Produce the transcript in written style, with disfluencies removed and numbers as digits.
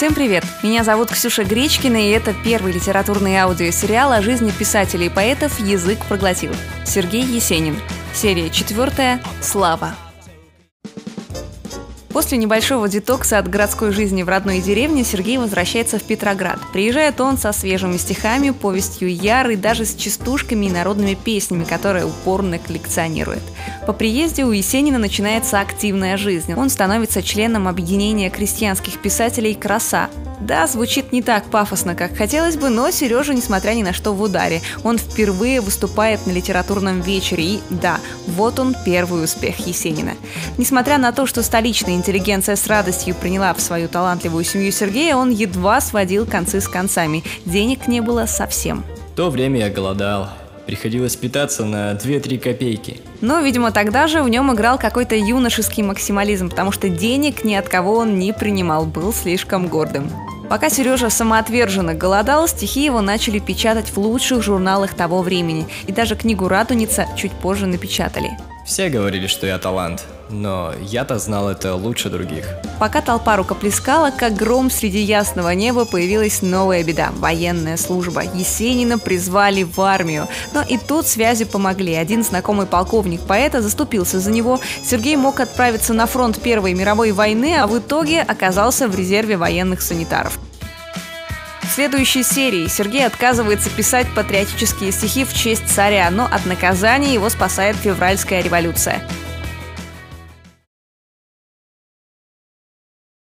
Всем привет! Меня зовут Ксюша Гречкина, и это первый литературный аудиосериал о жизни писателей и поэтов «Язык проглотил». Сергей Есенин. Серия 4. «Слава». После небольшого детокса от городской жизни в родной деревне Сергей возвращается в Петроград. Приезжает он со свежими стихами, повестью «Яр» и даже с частушками и народными песнями, которые упорно коллекционирует. По приезде у Есенина начинается активная жизнь. Он становится членом объединения крестьянских писателей «Краса». Да, звучит не так пафосно, как хотелось бы, но Сережа, несмотря ни на что, в ударе. Он впервые выступает на литературном вечере, и да, вот он первый успех Есенина. Несмотря на то, что столичная интеллигенция с радостью приняла в свою талантливую семью Сергея, он едва сводил концы с концами. Денег не было совсем. В то время я голодал. Приходилось питаться на 2-3 копейки. Но, видимо, тогда же в нем играл какой-то юношеский максимализм, потому что денег ни от кого он не принимал, был слишком гордым. Пока Сережа самоотверженно голодал, стихи его начали печатать в лучших журналах того времени, и даже книгу «Радуница» чуть позже напечатали. Все говорили, что я талант, но я-то знал это лучше других. Пока толпа рукоплескала, как гром среди ясного неба появилась новая беда – военная служба. Есенина призвали в армию. Но и тут связи помогли. Один знакомый полковник поэта заступился за него. Сергей мог отправиться на фронт Первой мировой войны, а в итоге оказался в резерве военных санитаров. В следующей серии Сергей отказывается писать патриотические стихи в честь царя, но от наказания его спасает февральская революция.